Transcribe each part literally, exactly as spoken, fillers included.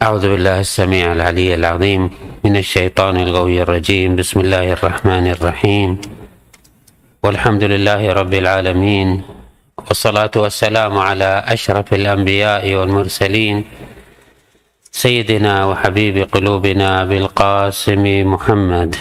أعوذ بالله السميع العلي العظيم من الشيطان الغوي الرجيم. بسم الله الرحمن الرحيم، والحمد لله رب العالمين، والصلاة والسلام على أشرف الأنبياء والمرسلين، سيدنا وحبيب قلوبنا بالقاسم محمد،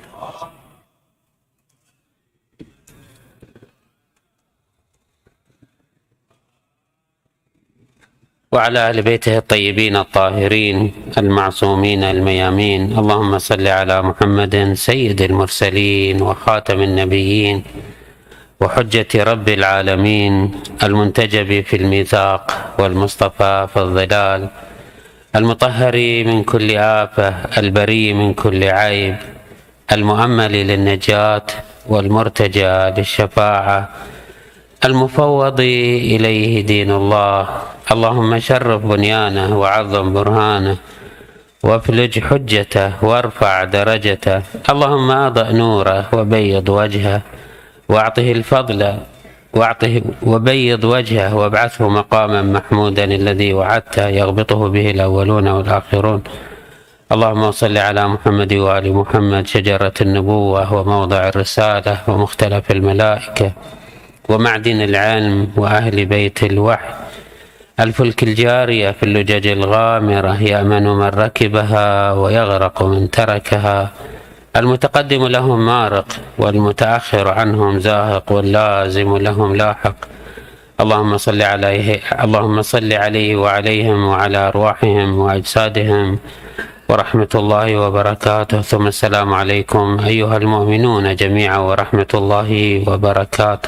وعلى أهل بيته الطيبين الطاهرين المعصومين الميامين. اللهم صل على محمد سيد المرسلين وخاتم النبيين وحجة رب العالمين، المنتجب في الميثاق والمصطفى في الظلال، المطهر من كل آفة، البري من كل عيب، المؤمل للنجاة والمرتجى للشفاعة، المفوض إليه دين الله. اللهم شرف بنيانه وعظم برهانه وافلج حجته وارفع درجته. اللهم أضأ نوره وبيض وجهه واعطه الفضل واعطه وبيض وجهه وابعثه مقاما محمودا الذي وعدته يغبطه به الأولون والآخرون. اللهم صل على محمد وآل محمد، شجرة النبوة وموضع الرسالة ومختلف الملائكة ومعدن العلم وأهل بيت الوحي، الفلك الجارية في اللجج الغامرة، يأمن من ركبها ويغرق من تركها، المتقدم لهم مارق والمتأخر عنهم زاهق واللازم لهم لاحق. اللهم صل عليه اللهم صل عليه وعليهم وعلى أرواحهم وأجسادهم ورحمة الله وبركاته. ثم السلام عليكم أيها المؤمنون جميعا ورحمة الله وبركاته.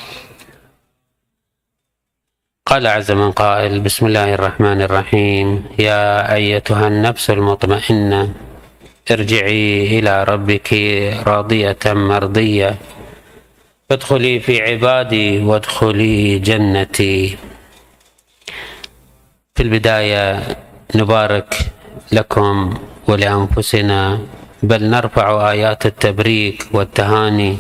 قال عز من قائل: بسم الله الرحمن الرحيم. يا أيتها النفس المطمئنة ارجعي إلى ربك راضية مرضية فادخلي في عبادي وادخلي جنتي. في البداية نبارك لكم ولأنفسنا، بل نرفع آيات التبريك والتهاني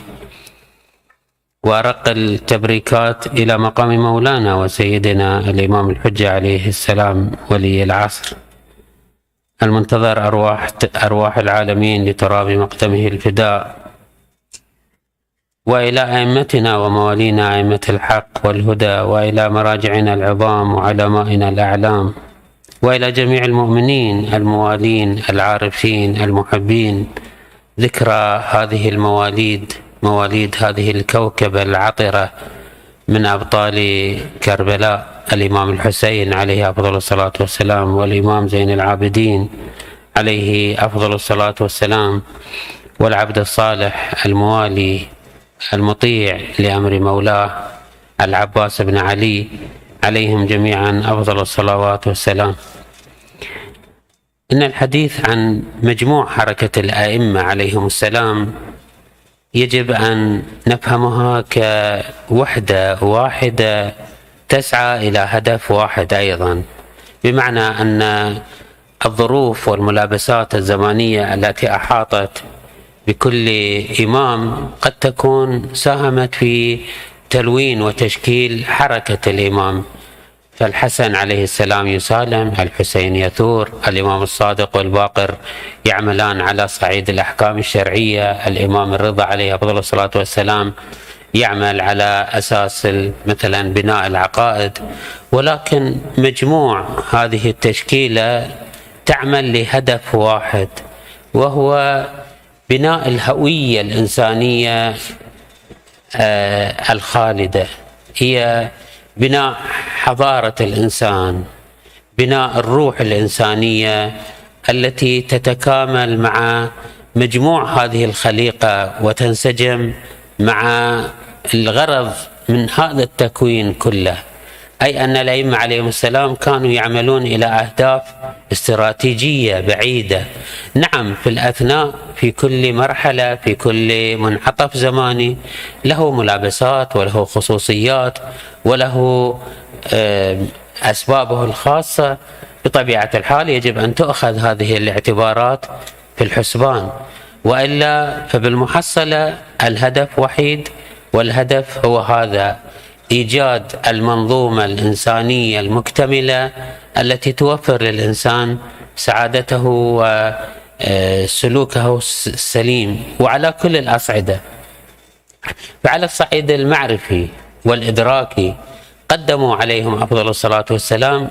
وأرق التبريكات إلى مقام مولانا وسيدنا الإمام الحجة عليه السلام ولي العصر المنتظر أرواح أرواح العالمين لتراب مقدمه الفداء، وإلى أئمتنا وموالينا أئمة الحق والهدى، وإلى مراجعنا العظام وعلمائنا الأعلام، وإلى جميع المؤمنين الموالين العارفين المحبين. ذكرى هذه المواليد، مواليد هذه الكوكبة العطرة من أبطال كربلاء، الإمام الحسين عليه أفضل الصلاة والسلام، والإمام زين العابدين عليه أفضل الصلاة والسلام، والعبد الصالح الموالي المطيع لأمر مولاه العباس بن علي عليهم جميعا أفضل الصلوات والسلام. إن الحديث عن مجموع حركة الأئمة عليهم السلام يجب أن نفهمها كوحدة واحدة تسعى إلى هدف واحد أيضا، بمعنى أن الظروف والملابسات الزمانية التي أحاطت بكل إمام قد تكون ساهمت في تلوين وتشكيل حركة الإمام. فالحسن عليه السلام يسالم، الحسين يثور، الإمام الصادق والباقر يعملان على صعيد الأحكام الشرعية، الإمام الرضا عليه أفضل الصلاة والسلام يعمل على أساس مثلا بناء العقائد. ولكن مجموع هذه التشكيلة تعمل لهدف واحد، وهو بناء الهوية الإنسانية الخالدة، هي بناء حضارة الإنسان، بناء الروح الإنسانية التي تتكامل مع مجموع هذه الخليقة وتنسجم مع الغرض من هذا التكوين كله، أي أن الأئمة عليهم السلام كانوا يعملون إلى أهداف استراتيجية بعيدة. نعم، في الأثناء في كل مرحلة في كل منعطف زماني له ملابسات وله خصوصيات وله أسبابه الخاصة، بطبيعة الحال يجب أن تؤخذ هذه الاعتبارات في الحسبان، وإلا فبالمحصلة الهدف وحيد، والهدف هو هذا: إيجاد المنظومة الإنسانية المكتملة التي توفر للإنسان سعادته وسلوكه السليم، وعلى كل الأصعدة. فعلى الصعيد المعرفي والإدراكي قدموا عليهم أفضل الصلاة والسلام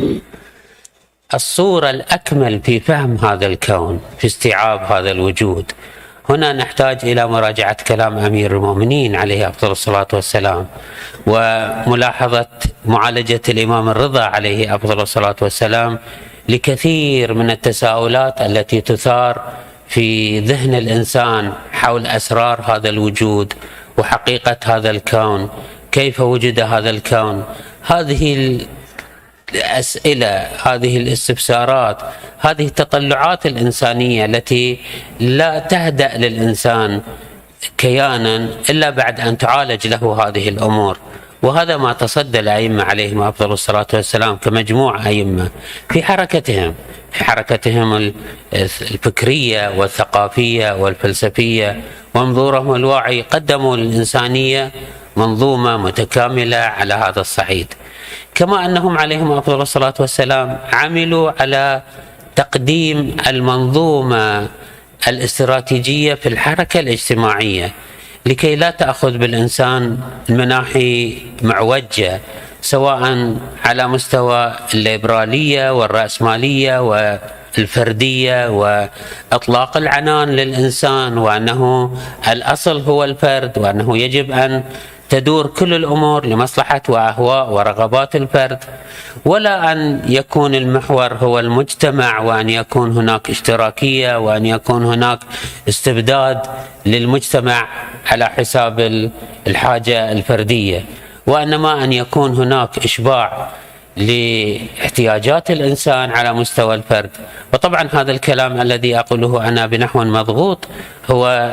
الصورة الأكمل في فهم هذا الكون، في استيعاب هذا الوجود. هنا نحتاج إلى مراجعة كلام أمير المؤمنين عليه أفضل الصلاة والسلام، وملاحظة معالجة الإمام الرضا عليه أفضل الصلاة والسلام لكثير من التساؤلات التي تثار في ذهن الإنسان حول أسرار هذا الوجود وحقيقة هذا الكون، كيف وجد هذا الكون. هذه الأسئلة، هذه الاستفسارات، هذه التطلعات الإنسانية التي لا تهدأ للإنسان كيانا إلا بعد أن تعالج له هذه الأمور. وهذا ما تصدى الأئمة عليهم أفضل الصلاة والسلام كمجموعة أئمة في حركتهم في حركتهم الفكرية والثقافية والفلسفية ومنظورهم الواعي، قدموا للإنسانية منظومة متكاملة على هذا الصعيد. كما أنهم عليهم أفضل الصلاة والسلام عملوا على تقديم المنظومة الاستراتيجية في الحركة الاجتماعية لكي لا تأخذ بالإنسان مناحي معوجة، سواء على مستوى الليبرالية والرأسمالية والفردية وإطلاق العنان للإنسان، وأنه الأصل هو الفرد، وأنه يجب أن تدور كل الأمور لمصلحة وأهواء ورغبات الفرد، ولا أن يكون المحور هو المجتمع، وأن يكون هناك اشتراكية، وأن يكون هناك استبداد للمجتمع على حساب الحاجة الفردية، وإنما أن يكون هناك إشباع لاحتياجات الإنسان على مستوى الفرد. وطبعا هذا الكلام الذي أقوله أنا بنحو مضغوط هو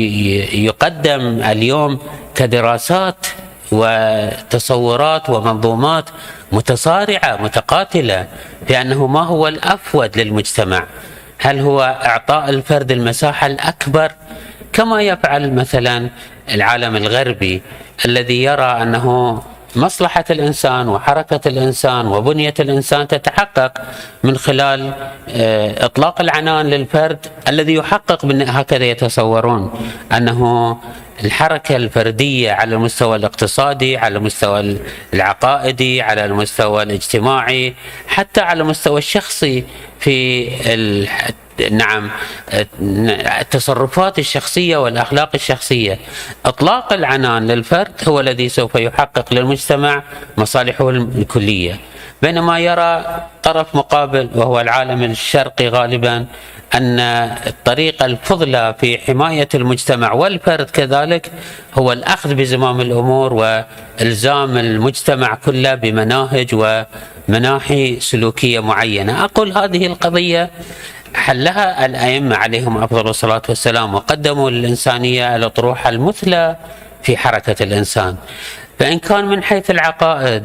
يقدم اليوم كدراسات وتصورات ومنظومات متصارعة متقاتلة بأنه ما هو الأفود للمجتمع. هل هو إعطاء الفرد المساحة الأكبر كما يفعل مثلا العالم الغربي الذي يرى أنه مصلحة الإنسان وحركة الإنسان وبنية الإنسان تتحقق من خلال إطلاق العنان للفرد الذي يحقق، هكذا يتصورون أنه الحركة الفردية على المستوى الاقتصادي، على المستوى العقائدي، على المستوى الاجتماعي، حتى على المستوى الشخصي في نعم التصرفات الشخصية والأخلاق الشخصية. إطلاق العنان للفرد هو الذي سوف يحقق للمجتمع مصالحه الكلية، بينما يرى طرف مقابل وهو العالم الشرقي غالبا أن الطريقة الفضلى في حماية المجتمع والفرد كذلك هو الأخذ بزمام الأمور وإلزام المجتمع كله بمناهج ومناحي سلوكية معينة. أقول هذه القضية حلها الأئمة عليهم أفضل الصلاة والسلام، وقدموا للإنسانية الأطروحة المثلى في حركة الإنسان. فإن كان من حيث العقائد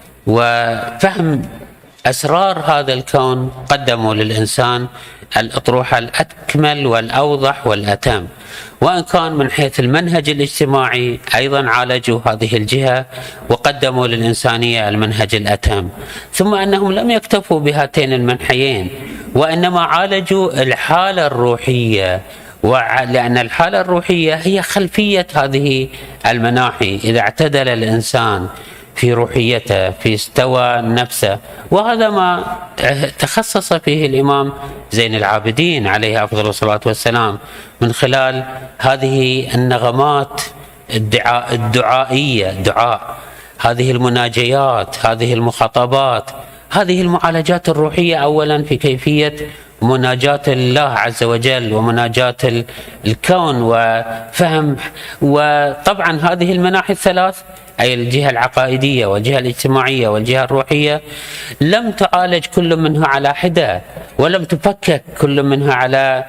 وفهم أسرار هذا الكون قدموا للإنسان الأطروحة الأكمل والأوضح والأتم، وإن كان من حيث المنهج الاجتماعي أيضا عالجوا هذه الجهة وقدموا للإنسانية المنهج الأتم. ثم أنهم لم يكتفوا بهاتين المنحيين، وإنما عالجوا الحالة الروحية، لأن الحالة الروحية هي خلفية هذه المناحي. إذا اعتدل الإنسان في روحيته، في استوى نفسه، وهذا ما تخصص فيه الإمام زين العابدين عليه أفضل الصلاة والسلام من خلال هذه النغمات الدعاء الدعائية، دعاء هذه المناجيات، هذه المخاطبات، هذه المعالجات الروحية أولا في كيفية مناجاة الله عز وجل ومناجاة الكون وفهم. وطبعا هذه المناحي الثلاث، أي الجهة العقائدية والجهة الاجتماعية والجهة الروحية، لم تعالج كل منها على حدة، ولم تفكك كل منها على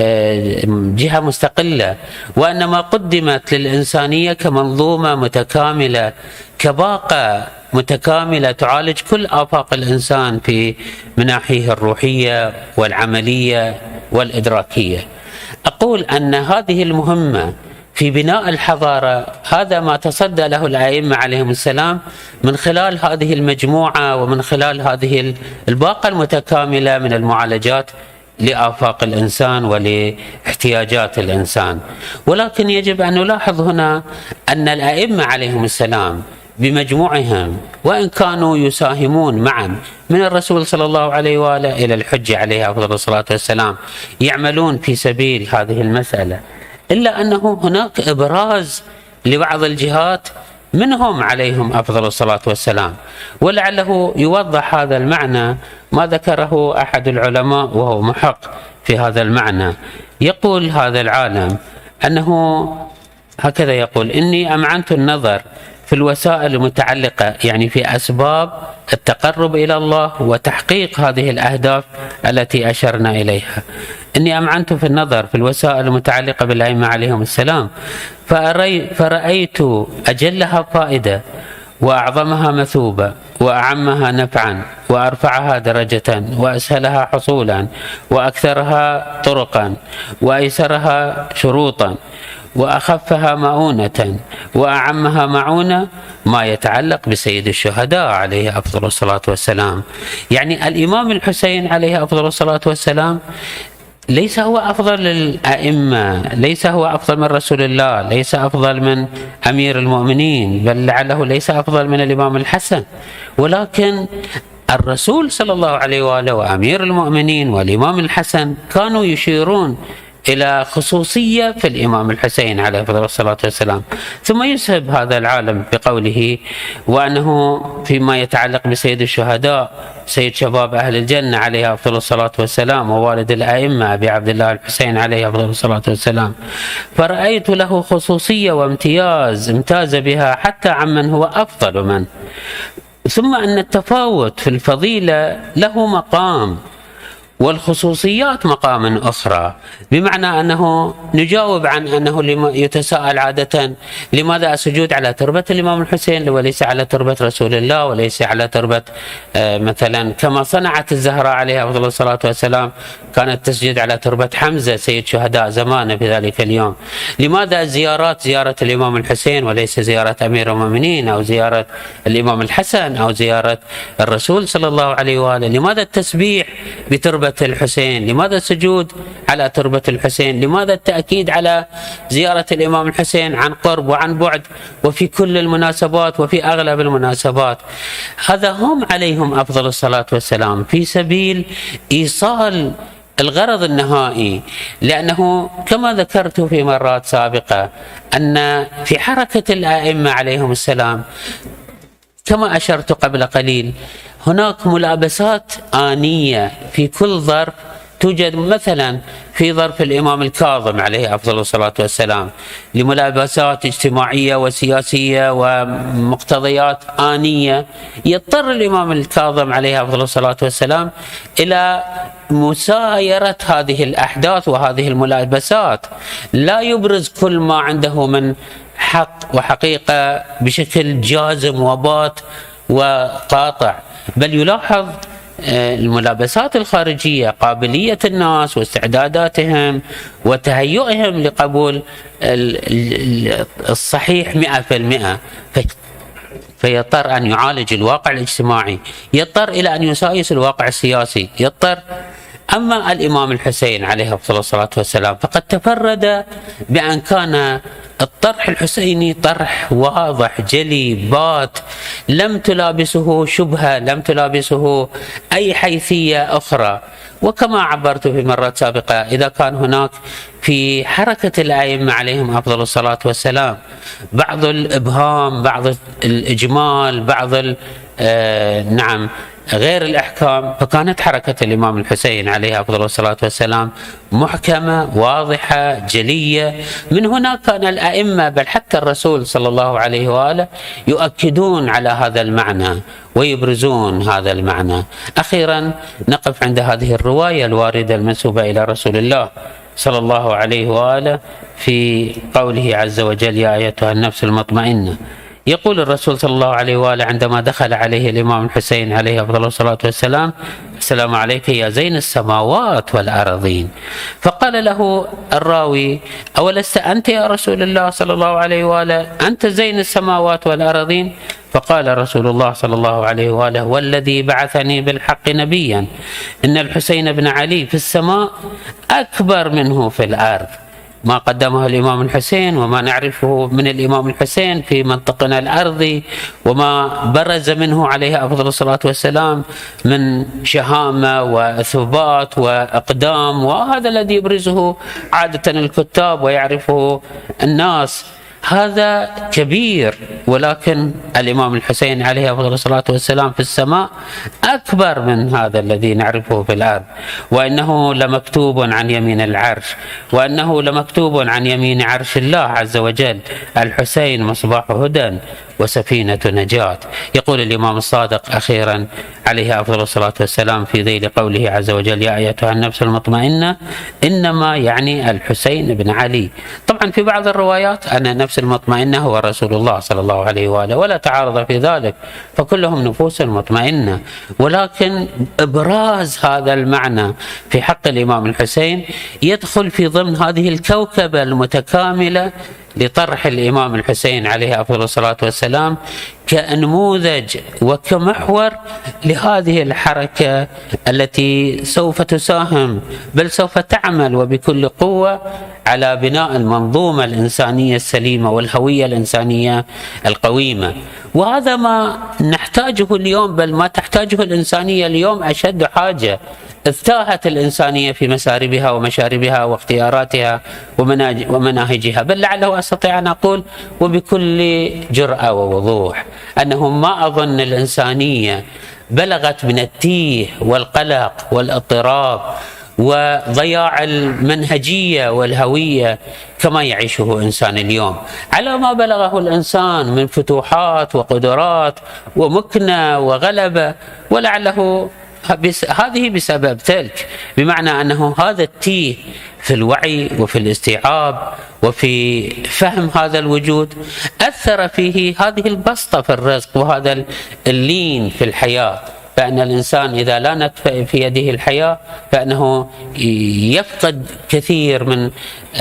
جهة مستقلة، وإنما قدمت للإنسانية كمنظومة متكاملة، كباقة متكاملة تعالج كل آفاق الإنسان في مناحيه الروحية والعملية والإدراكية. أقول أن هذه المهمة في بناء الحضارة. هذا ما تصدى له الأئمة عليهم السلام من خلال هذه المجموعة ومن خلال هذه الباقة المتكاملة من المعالجات لآفاق الإنسان ولاحتياجات الإنسان. ولكن يجب أن نلاحظ هنا أن الأئمة عليهم السلام بمجموعهم وإن كانوا يساهمون معا من الرسول صلى الله عليه وآله إلى الحجة عليه أفضل الصلاة والسلام يعملون في سبيل هذه المسألة، إلا أنه هناك إبراز لبعض الجهات منهم عليهم أفضل الصلاة والسلام. ولعله يوضح هذا المعنى ما ذكره أحد العلماء وهو محق في هذا المعنى. يقول هذا العالم أنه هكذا يقول: إني أمعنت النظر في الوسائل المتعلقة يعني في أسباب التقرب إلى الله وتحقيق هذه الأهداف التي أشرنا إليها. إني أمعنت في النظر في الوسائل المتعلقة بالأئمة عليهم السلام فرأيت أجلها فائدة وأعظمها مثوبة وأعمها نفعا وأرفعها درجة وأسهلها حصولا وأكثرها طرقا وأيسرها شروطا وأخفها مؤونة وأعمها معونة ما يتعلق بسيد الشهداء عليه أفضل الصلاة والسلام. يعني الإمام الحسين عليه أفضل الصلاة والسلام ليس هو أفضل الأئمة، ليس هو أفضل من رسول الله، ليس أفضل من أمير المؤمنين، بل لعله ليس أفضل من الإمام الحسن، ولكن الرسول صلى الله عليه وآله وأمير المؤمنين والإمام الحسن كانوا يشيرون إلى خصوصية في الإمام الحسين عليه أفضل الصلاة والسلام. ثم يسهب هذا العالم بقوله وأنه فيما يتعلق بسيد الشهداء سيد شباب أهل الجنة عليه أفضل الصلاة والسلام ووالد الأئمة أبي عبد الله الحسين عليه أفضل الصلاة والسلام، فرأيت له خصوصية وامتياز امتاز بها حتى عمن هو أفضل منه. ثم أن التفاوت في الفضيلة له مقام والخصوصيات مقام أخرى، بمعنى أنه نجاوب عن أنه يتساءل عادة لماذا السجود على تربة الإمام الحسين وليس على تربة رسول الله وليس على تربة مثلا كما صنعت الزهراء عليها أفضل الصلاة والسلام، كانت تسجد على تربة حمزة سيد شهداء زمانه في ذلك اليوم. لماذا الزيارات زيارة الإمام الحسين وليس زيارة أمير المؤمنين أو زيارة الإمام الحسن أو زيارة الرسول صلى الله عليه وآله؟ لماذا التسبيح بتربة الحسين؟ لماذا السجود على تربة الحسين؟ لماذا التأكيد على زيارة الإمام الحسين عن قرب وعن بعد وفي كل المناسبات وفي أغلب المناسبات؟ هذا هم عليهم أفضل الصلاة والسلام في سبيل إيصال الغرض النهائي. لأنه كما ذكرت في مرات سابقة أن في حركة الأئمة عليهم السلام كما أشرت قبل قليل هناك ملابسات آنية في كل ظرف توجد. مثلا في ظرف الإمام الكاظم عليه أفضل الصلاة والسلام لملابسات اجتماعية وسياسية ومقتضيات آنية، يضطر الإمام الكاظم عليه أفضل الصلاة والسلام إلى مسايرة هذه الأحداث وهذه الملابسات، لا يبرز كل ما عنده من حق وحقيقة بشكل جازم وبات وقاطع، بل يلاحظ الملابسات الخارجية، قابلية الناس واستعداداتهم وتهيئهم لقبول الصحيح مئة في المئة، فيضطر أن يعالج الواقع الاجتماعي، يضطر إلى أن يسايس الواقع السياسي، يضطر. أما الإمام الحسين عليه أفضل الصلاة والسلام فقد تفرد بأن كان الطرح الحسيني طرح واضح جلي بات، لم تلابسه شبهة، لم تلابسه أي حيثية أخرى. وكما عبرت في مرات سابقة، إذا كان هناك في حركة الأئمة عليهم أفضل الصلاة والسلام بعض الإبهام، بعض الإجمال، بعض آه نعم غير الأحكام، فكانت حركة الإمام الحسين عليه أفضل الصلاة والسلام محكمة واضحة جلية. من هنا كان الأئمة بل حتى الرسول صلى الله عليه وآله يؤكدون على هذا المعنى ويبرزون هذا المعنى. أخيرا نقف عند هذه الرواية الواردة المنسوبة إلى رسول الله صلى الله عليه وآله في قوله عز وجل: يا أيتها النفس المطمئنة يقول الرسول صلى الله عليه وآله عندما دخل عليه الإمام الحسين عليه أفضل الصلاة والسلام: السلام عليك يا زين السماوات والأرضين. فقال له الراوي: أولست أنت يا رسول الله صلى الله عليه وآله أنت زين السماوات والأرضين؟ فقال رسول الله صلى الله عليه وآله: والذي بعثني بالحق نبيا إن الحسين بن علي في السماء أكبر منه في الأرض. ما قدمه الإمام الحسين وما نعرفه من الإمام الحسين في منطقنا الأرضي وما برز منه عليه أفضل الصلاة والسلام من شهامة وثبات وإقدام، وهذا الذي يبرزه عادة الكتاب ويعرفه الناس، هذا كبير. ولكن الإمام الحسين عليه أفضل الصلاة والسلام في السماء أكبر من هذا الذي نعرفه في الأرض، وإنه لمكتوب عن يمين العرش، وإنه لمكتوب عن يمين عرش الله عز وجل: الحسين مصباح هدى وسفينة نجاة. يقول الإمام الصادق أخيرا عليه أفضل الصلاة والسلام في ذيل قوله عز وجل: يا أيتها النفس المطمئنة، إنما يعني الحسين بن علي. طبعا في بعض الروايات أن النفس المطمئنة هو رسول الله صلى الله عليه وآله، ولا تعارض في ذلك، فكلهم نفوس مطمئنة، ولكن إبراز هذا المعنى في حق الإمام الحسين يدخل في ضمن هذه الكوكبة المتكاملة لطرح الإمام الحسين عليه أفضل الصلاة والسلام كنموذج وكمحور لهذه الحركة التي سوف تساهم بل سوف تعمل وبكل قوة على بناء المنظومة الإنسانية السليمة والهوية الإنسانية القويمة. وهذا ما نحتاجه اليوم، بل ما تحتاجه الإنسانية اليوم أشد حاجة. اذتاهت الإنسانية في مساربها ومشاربها واختياراتها ومناهجها، بل لعله أستطيع أن أقول وبكل جرأة ووضوح أنه ما أظن الإنسانية بلغت من التيه والقلق والاضطراب وضياع المنهجية والهوية كما يعيشه إنسان اليوم، على ما بلغه الإنسان من فتوحات وقدرات ومكنة وغلبة، ولعله هذه بسبب تلك، بمعنى أنه هذا التيه في الوعي وفي الاستيعاب وفي فهم هذا الوجود أثر فيه هذه البسطة في الرزق وهذا اللين في الحياة. فإن الإنسان إذا لانت في يده الحياة فإنه يفقد كثير من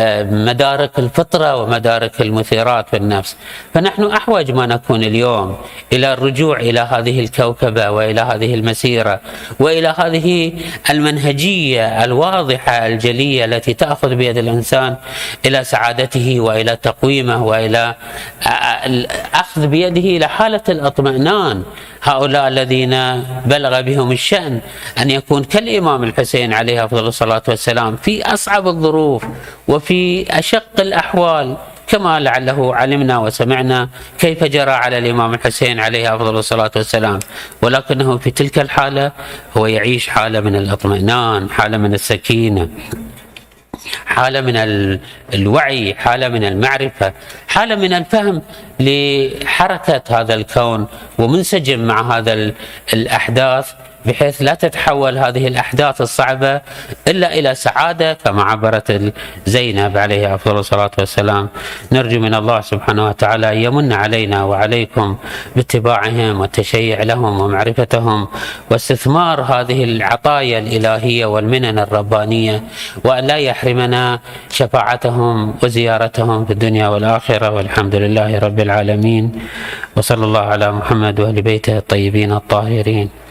مدارك الفطرة ومدارك المثيرات في النفس. فنحن أحوج ما نكون اليوم إلى الرجوع إلى هذه الكوكبة وإلى هذه المسيرة وإلى هذه المنهجية الواضحة الجلية التي تأخذ بيد الإنسان إلى سعادته وإلى تقويمه وإلى أخذ بيده إلى حالة الاطمئنان. هؤلاء الذين بلغ بهم الشأن أن يكون كالإمام الحسين عليه أفضل الصلاة والسلام في أصعب الظروف وفي أشق الأحوال، كما لعله علمنا وسمعنا كيف جرى على الإمام الحسين عليه أفضل الصلاة والسلام، ولكنه في تلك الحالة هو يعيش حالة من الاطمئنان، حالة من السكينة، حالة من الوعي، حالة من المعرفة، حالة من الفهم لحركة هذا الكون، ومنسجم مع هذا الأحداث بحيث لا تتحول هذه الأحداث الصعبة إلا إلى سعادة كما عبرت زينب عليه أفضل الصلاة والسلام. نرجو من الله سبحانه وتعالى أن يمن علينا وعليكم باتباعهم والتشيع لهم ومعرفتهم واستثمار هذه العطايا الإلهية والمنن الربانية، وأن لا يحرمنا شفاعتهم وزيارتهم في الدنيا والآخرة، والحمد لله رب العالمين، وصلى الله على محمد وآل بيته الطيبين الطاهرين.